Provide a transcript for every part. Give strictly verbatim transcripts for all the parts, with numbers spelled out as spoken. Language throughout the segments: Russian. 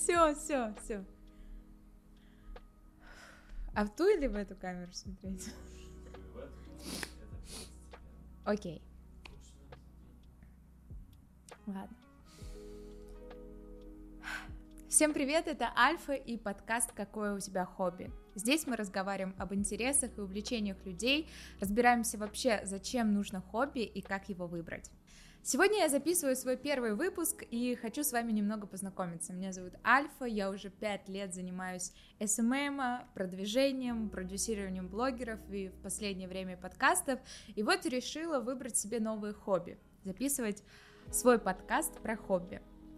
Все, все, все. А в ту или в эту камеру смотреть? Окей. Ладно. Всем привет, это Альфа и подкаст «Какое у тебя хобби?». Здесь мы разговариваем об интересах и увлечениях людей, разбираемся вообще, зачем нужно хобби и как его выбрать. Сегодня я записываю свой первый выпуск и хочу с вами немного познакомиться. Меня зовут Альфа, я уже пять лет занимаюсь эс эм эм, продвижением, продюсированием блогеров и в последнее время подкастов. И вот решила выбрать себе новые хобби, записывать свой подкаст про хобби.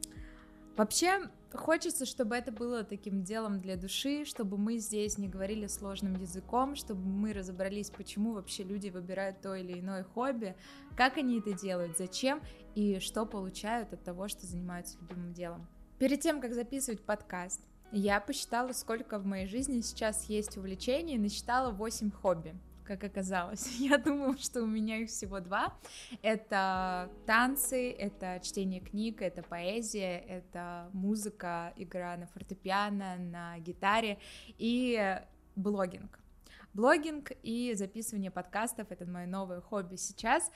Вообще, хочется, чтобы это было таким делом для души, чтобы мы здесь не говорили сложным языком, чтобы мы разобрались, почему вообще люди выбирают то или иное хобби, как они это делают, зачем и что получают от того, что занимаются любимым делом. Перед тем, как записывать подкаст, я посчитала, сколько в моей жизни сейчас есть увлечений, и насчитала восемь хобби. Как оказалось, я думала, что у меня их всего два. Это танцы, это чтение книг, это поэзия, это музыка, игра на фортепиано, на гитаре и блогинг. Блогинг и записывание подкастов — это мое новое хобби сейчас,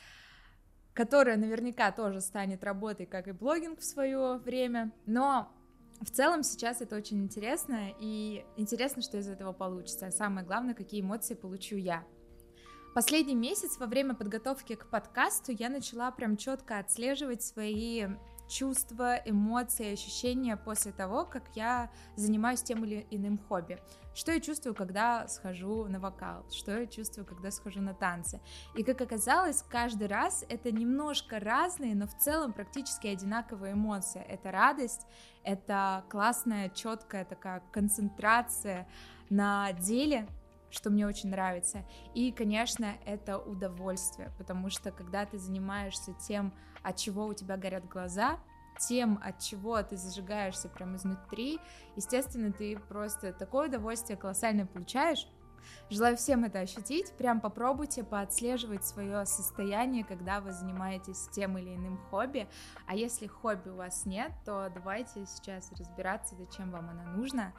которое наверняка тоже станет работой, как и блогинг в свое время, но в целом сейчас это очень интересно, и интересно, что из этого получится, а самое главное, какие эмоции получу я. Последний месяц во время подготовки к подкасту я начала прям четко отслеживать свои чувства, эмоции, ощущения после того, как я занимаюсь тем или иным хобби. Что я чувствую, когда схожу на вокал, что я чувствую, когда схожу на танцы. И как оказалось, каждый раз это немножко разные, но в целом практически одинаковые эмоции. Это радость, это классная, четкая такая концентрация на деле, что мне очень нравится, и, конечно, это удовольствие, потому что, когда ты занимаешься тем, от чего у тебя горят глаза, тем, от чего ты зажигаешься прямо изнутри, естественно, ты просто такое удовольствие колоссальное получаешь. Желаю всем это ощутить, прям попробуйте поотслеживать свое состояние, когда вы занимаетесь тем или иным хобби, а если хобби у вас нет, то давайте сейчас разбираться, зачем вам оно нужно,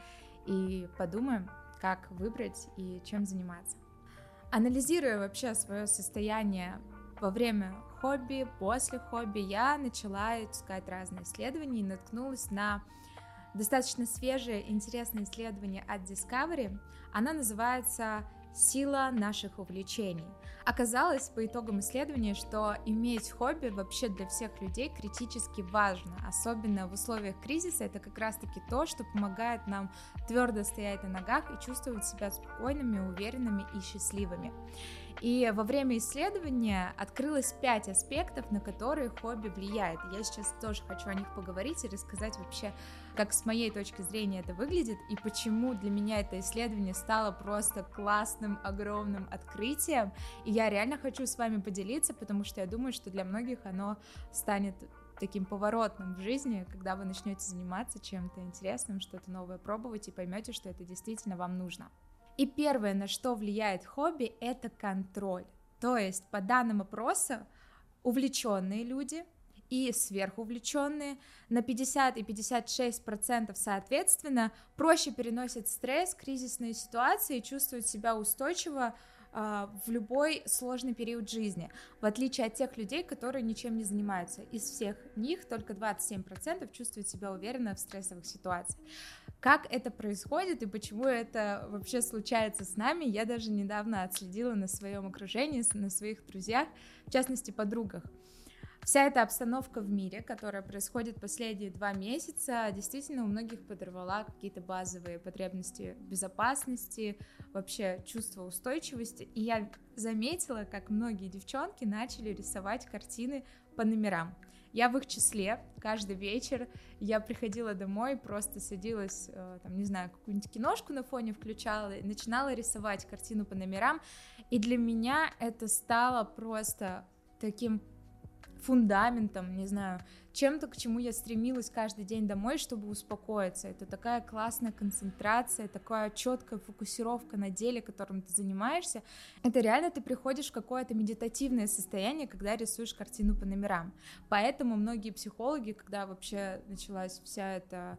и подумаем, как выбрать и чем заниматься. Анализируя вообще свое состояние во время хобби, после хобби, я начала искать разные исследования и наткнулась на достаточно свежее, интересное исследование от Discovery. Оно называется «Сила наших увлечений». Оказалось по итогам исследования, что иметь хобби вообще для всех людей критически важно, особенно в условиях кризиса. Это как раз-таки то, что помогает нам твердо стоять на ногах и чувствовать себя спокойными, уверенными и счастливыми. И во время исследования открылось пять аспектов, на которые хобби влияет. Я сейчас тоже хочу о них поговорить и рассказать вообще, как с моей точки зрения это выглядит и почему для меня это исследование стало просто классным, огромным открытием. И я реально хочу с вами поделиться, потому что я думаю, что для многих оно станет таким поворотным в жизни, когда вы начнете заниматься чем-то интересным, что-то новое пробовать и поймете, что это действительно вам нужно. И первое, на что влияет хобби, это контроль. То есть, по данным опроса, увлеченные люди и сверхувлеченные на пятьдесят и пятьдесят шесть процентов соответственно проще переносят стресс, кризисные ситуации и чувствуют себя устойчиво в любой сложный период жизни, в отличие от тех людей, которые ничем не занимаются. Из всех них только двадцать семь процентов чувствуют себя уверенно в стрессовых ситуациях. Как это происходит и почему это вообще случается с нами, я даже недавно отследила на своем окружении, на своих друзьях, в частности, подругах. Вся эта обстановка в мире, которая происходит последние два месяца, действительно у многих подорвала какие-то базовые потребности безопасности, вообще чувство устойчивости. И я заметила, как многие девчонки начали рисовать картины по номерам. Я в их числе. Каждый вечер я приходила домой, просто садилась, там, не знаю, какую-нибудь киношку на фоне включала и начинала рисовать картину по номерам. И для меня это стало просто таким фундаментом, не знаю, чем-то, к чему я стремилась каждый день домой, чтобы успокоиться. Это такая классная концентрация, такая четкая фокусировка на деле, которым ты занимаешься. Это реально ты приходишь в какое-то медитативное состояние, когда рисуешь картину по номерам. Поэтому многие психологи, когда вообще началась вся эта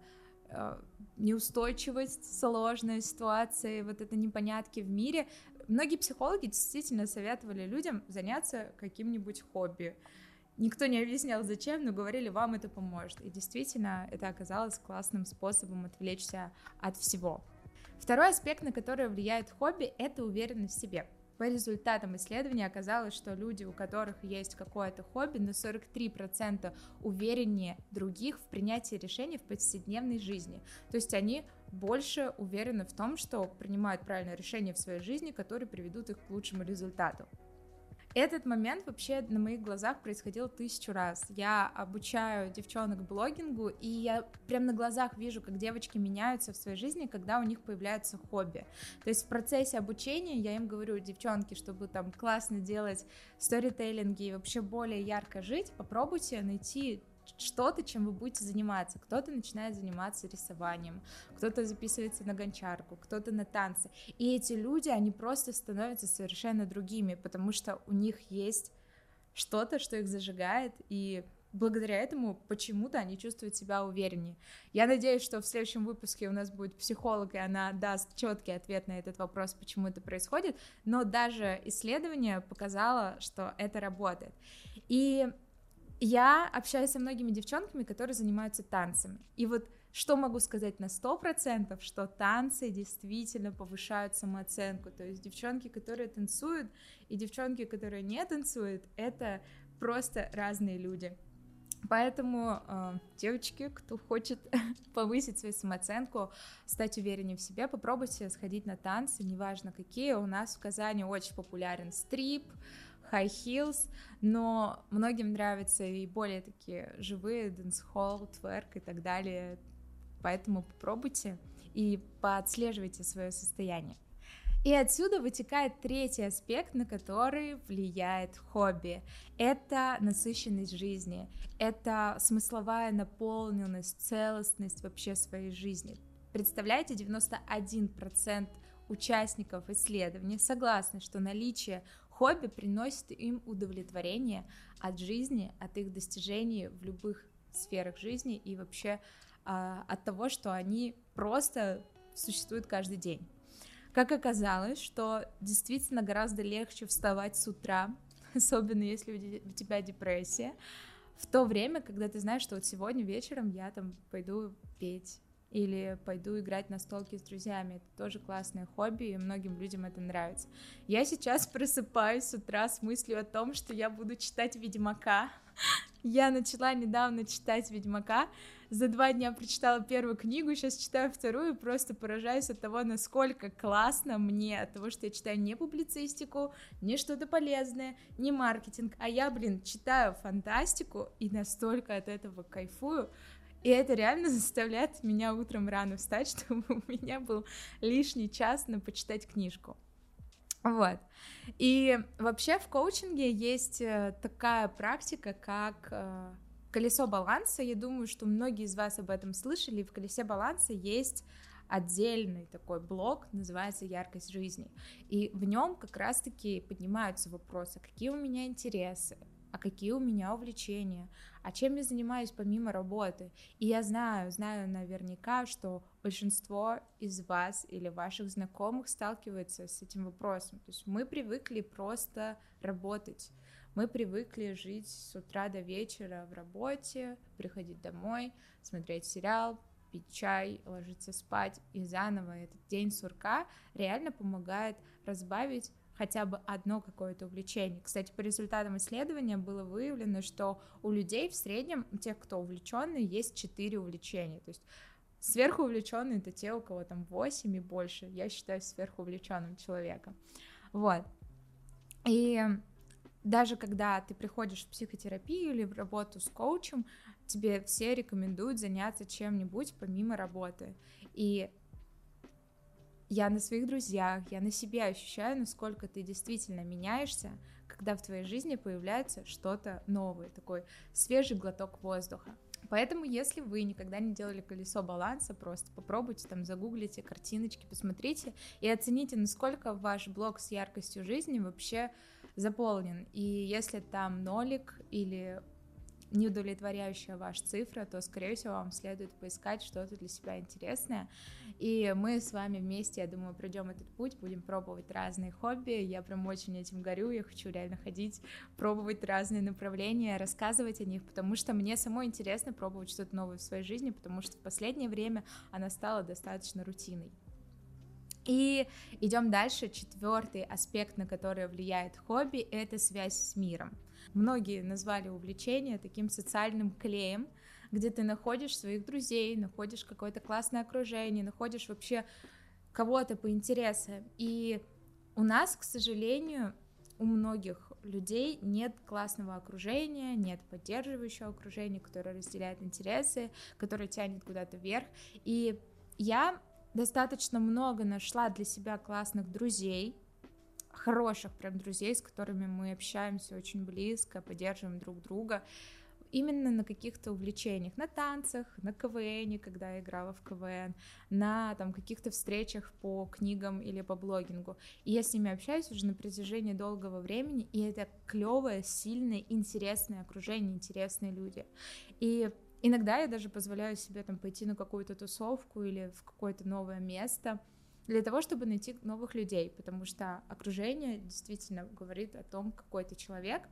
неустойчивость, сложные ситуации, вот это непонятки в мире. Многие психологи действительно советовали людям заняться каким-нибудь хобби. Никто не объяснял, зачем, но говорили, вам это поможет. И действительно, это оказалось классным способом отвлечься от всего. Второй аспект, на который влияет хобби, это уверенность в себе. По результатам исследования оказалось, что люди, у которых есть какое-то хобби, на сорок три процента увереннее других в принятии решений в повседневной жизни. То есть они больше уверены в том, что принимают правильные решения в своей жизни, которые приведут их к лучшему результату. Этот момент вообще на моих глазах происходил тысячу раз. Я обучаю девчонок блогингу, и я прям на глазах вижу, как девочки меняются в своей жизни, когда у них появляются хобби. То есть в процессе обучения я им говорю, девчонки, чтобы там классно делать сторителлинги и вообще более ярко жить, попробуйте найти что-то, чем вы будете заниматься. Кто-то начинает заниматься рисованием, кто-то записывается на гончарку, кто-то на танцы. И эти люди, они просто становятся совершенно другими, потому что у них есть что-то, что их зажигает, и благодаря этому почему-то они чувствуют себя увереннее. Я надеюсь, что в следующем выпуске у нас будет психолог, и она даст четкий ответ на этот вопрос, почему это происходит, но даже исследование показало, что это работает. И я общаюсь со многими девчонками, которые занимаются танцами. И вот что могу сказать на сто процентов, что танцы действительно повышают самооценку. То есть девчонки, которые танцуют, и девчонки, которые не танцуют, это просто разные люди. Поэтому, э, девочки, кто хочет повысить свою самооценку, стать увереннее в себе, попробуйте сходить на танцы, неважно какие. У нас в Казани очень популярен стрип, high heels, но многим нравятся и более такие живые дэнс-холл, тверк и так далее, поэтому попробуйте и поотслеживайте свое состояние. И отсюда вытекает третий аспект, на который влияет хобби. Это насыщенность жизни, это смысловая наполненность, целостность вообще своей жизни. Представляете, девяносто один процент участников исследования согласны, что наличие хобби приносит им удовлетворение от жизни, от их достижений в любых сферах жизни и вообще а, от того, что они просто существуют каждый день. Как оказалось, что действительно гораздо легче вставать с утра, особенно если у тебя депрессия, в то время, когда ты знаешь, что вот сегодня вечером я там пойду петь, или пойду играть на столке с друзьями. Это тоже классное хобби, и многим людям это нравится. Я сейчас просыпаюсь с утра с мыслью о том, что я буду читать «Ведьмака». Я начала недавно читать «Ведьмака», за два дня прочитала первую книгу, сейчас читаю вторую, и просто поражаюсь от того, насколько классно мне, от того, что я читаю не публицистику, не что-то полезное, не маркетинг, а я, блин, читаю фантастику и настолько от этого кайфую. И это реально заставляет меня утром рано встать, чтобы у меня был лишний час на почитать книжку. Вот. И вообще в коучинге есть такая практика, как колесо баланса. Я думаю, что многие из вас об этом слышали. В колесе баланса есть отдельный такой блок, называется «Яркость жизни». И в нем как раз-таки поднимаются вопросы, какие у меня интересы, а какие у меня увлечения, а чем я занимаюсь помимо работы. И я знаю, знаю наверняка, что большинство из вас или ваших знакомых сталкивается с этим вопросом. То есть мы привыкли просто работать, мы привыкли жить с утра до вечера в работе, приходить домой, смотреть сериал, пить чай, ложиться спать, и заново этот день сурка реально помогает разбавить хотя бы одно какое-то увлечение. Кстати, по результатам исследования было выявлено, что у людей в среднем, у тех, кто увлеченный, есть четыре увлечения. То есть сверхувлеченные — это те, у кого там восемь и больше. Я считаюсь сверхувлеченным человеком. Вот. И даже когда ты приходишь в психотерапию или в работу с коучем, тебе все рекомендуют заняться чем-нибудь помимо работы. И я на своих друзьях, я на себе ощущаю, насколько ты действительно меняешься, когда в твоей жизни появляется что-то новое, такой свежий глоток воздуха. Поэтому, если вы никогда не делали колесо баланса, просто попробуйте, там, загуглите картиночки, посмотрите и оцените, насколько ваш блок с яркостью жизни вообще заполнен. И если там нолик или не удовлетворяющая ваша цифра, то, скорее всего, вам следует поискать что-то для себя интересное. И мы с вами вместе, я думаю, пройдем этот путь, будем пробовать разные хобби. Я прям очень этим горю, я хочу реально ходить, пробовать разные направления, рассказывать о них, потому что мне самой интересно пробовать что-то новое в своей жизни, потому что в последнее время она стала достаточно рутинной. И идем дальше. Четвертый аспект, на который влияет хобби, это связь с миром. Многие назвали увлечение таким социальным клеем, где ты находишь своих друзей, находишь какое-то классное окружение, находишь вообще кого-то по интересам. И у нас, к сожалению, у многих людей нет классного окружения, нет поддерживающего окружения, которое разделяет интересы, которое тянет куда-то вверх. И я достаточно много нашла для себя классных друзей, хороших прям друзей, с которыми мы общаемся очень близко, поддерживаем друг друга, именно на каких-то увлечениях, на танцах, на КВН, когда я играла в КВН, на там каких-то встречах по книгам или по блогингу. И я с ними общаюсь уже на протяжении долгого времени, и это клевое, сильное, интересное окружение, интересные люди. И иногда я даже позволяю себе там пойти на какую-то тусовку или в какое-то новое место для того, чтобы найти новых людей, потому что окружение действительно говорит о том, какой ты человек,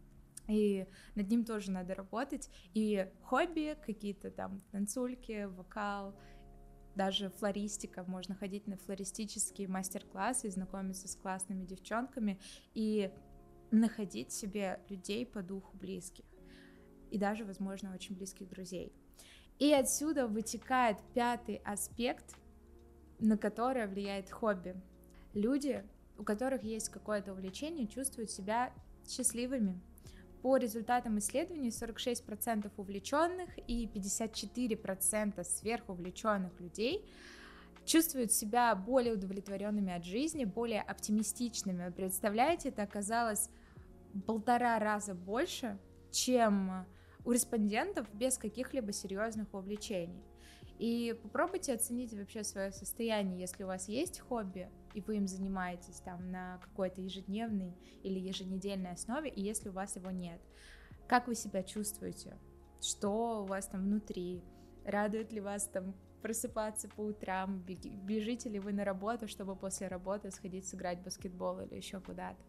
и над ним тоже надо работать. И хобби, какие-то там танцульки, вокал, даже флористика, можно ходить на флористические мастер-классы, знакомиться с классными девчонками и находить себе людей по духу близких. И даже, возможно, очень близких друзей. И отсюда вытекает пятый аспект, на который влияет хобби. Люди, у которых есть какое-то увлечение, чувствуют себя счастливыми. По результатам исследований, сорок шесть процентов увлеченных и пятьдесят четыре процента сверхувлеченных людей чувствуют себя более удовлетворенными от жизни, более оптимистичными. Представляете, это оказалось в полтора раза больше, чем у респондентов без каких-либо серьезных увлечений. И попробуйте оценить вообще свое состояние, если у вас есть хобби, и вы им занимаетесь там на какой-то ежедневной или еженедельной основе, и если у вас его нет. Как вы себя чувствуете? Что у вас там внутри? Радует ли вас там просыпаться по утрам? Бежите ли вы на работу, чтобы после работы сходить сыграть в баскетбол или еще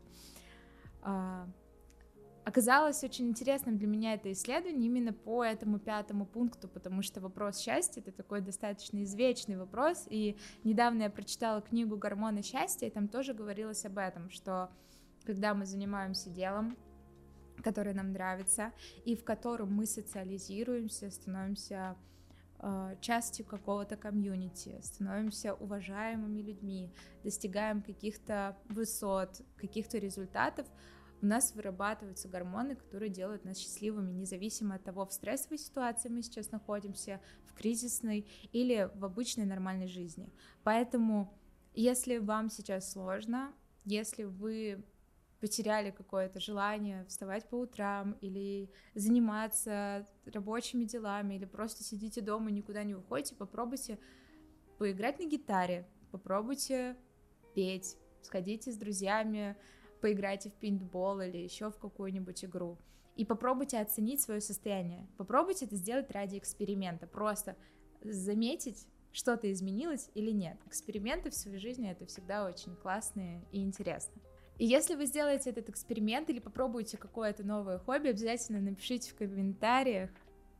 куда-то? Оказалось очень интересным для меня это исследование именно по этому пятому пункту, потому что вопрос счастья — это такой достаточно извечный вопрос, и недавно я прочитала книгу «Гормоны счастья», и там тоже говорилось об этом, что когда мы занимаемся делом, которое нам нравится, и в котором мы социализируемся, становимся э, частью какого-то комьюнити, становимся уважаемыми людьми, достигаем каких-то высот, каких-то результатов, у нас вырабатываются гормоны, которые делают нас счастливыми, независимо от того, в стрессовой ситуации мы сейчас находимся, в кризисной или в обычной нормальной жизни. Поэтому, если вам сейчас сложно, если вы потеряли какое-то желание вставать по утрам или заниматься рабочими делами, или просто сидите дома, никуда не выходите, попробуйте поиграть на гитаре, попробуйте петь, сходите с друзьями, поиграйте в пейнтбол или еще в какую-нибудь игру. И попробуйте оценить свое состояние. Попробуйте это сделать ради эксперимента. Просто заметить, что-то изменилось или нет. Эксперименты в своей жизни — это всегда очень классно и интересно. И если вы сделаете этот эксперимент или попробуете какое-то новое хобби, обязательно напишите в комментариях.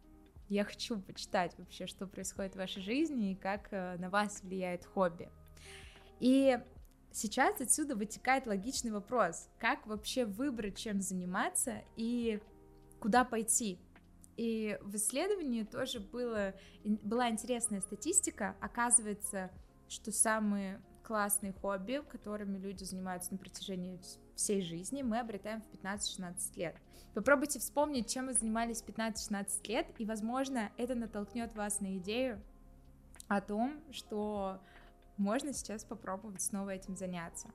Я хочу почитать вообще, что происходит в вашей жизни и как на вас влияет хобби. И сейчас отсюда вытекает логичный вопрос, как вообще выбрать, чем заниматься и куда пойти. И в исследовании тоже было, была интересная статистика. Оказывается, что самые классные хобби, которыми люди занимаются на протяжении всей жизни, мы обретаем в пятнадцать-шестнадцать лет. Попробуйте вспомнить, чем вы занимались в пятнадцать-шестнадцать лет, и, возможно, это натолкнет вас на идею о том, что можно сейчас попробовать снова этим заняться.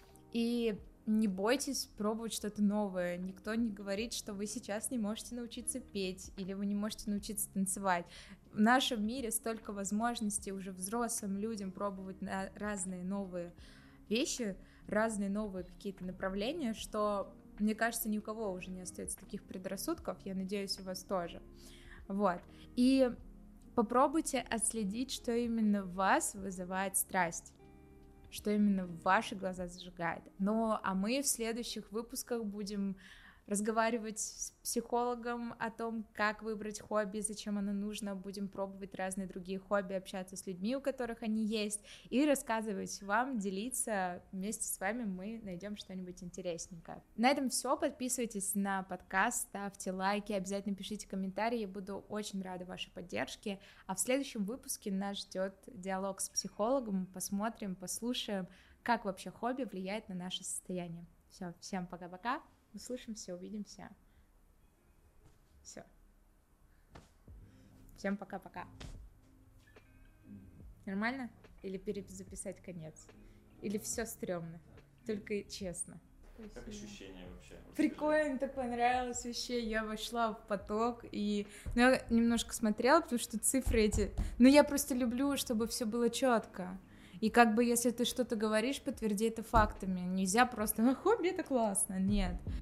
И не бойтесь пробовать что-то новое. Никто не говорит, что вы сейчас не можете научиться петь или вы не можете научиться танцевать. В нашем мире столько возможностей уже взрослым людям пробовать разные новые вещи, разные новые какие-то направления, что Мне кажется, ни у кого уже не остается таких предрассудков, я надеюсь, у вас тоже. Вот. И попробуйте отследить, что именно в вас вызывает страсть, что именно в ваши глаза зажигает. Ну, а мы в следующих выпусках будем разговаривать с психологом о том, как выбрать хобби, зачем оно нужно, будем пробовать разные другие хобби, общаться с людьми, у которых они есть, и рассказывать вам, делиться, вместе с вами мы найдем что-нибудь интересненькое. На этом все, подписывайтесь на подкаст, ставьте лайки, обязательно пишите комментарии, я буду очень рада вашей поддержке, а в следующем выпуске нас ждет диалог с психологом, посмотрим, послушаем, как вообще хобби влияет на наше состояние. Все, всем пока-пока. Услышимся, увидимся. Все. Всем пока-пока. Нормально? Или перезаписать конец? Или все стрёмно? Только честно. Как ощущения вообще? Прикольно, так понравилось вообще. Я вошла в поток и... Ну, я немножко смотрела, потому что цифры эти... Ну, я просто люблю, чтобы все было четко. И как бы, если ты что-то говоришь, подтверди это фактами. Нельзя просто, а хобби это классно. Нет.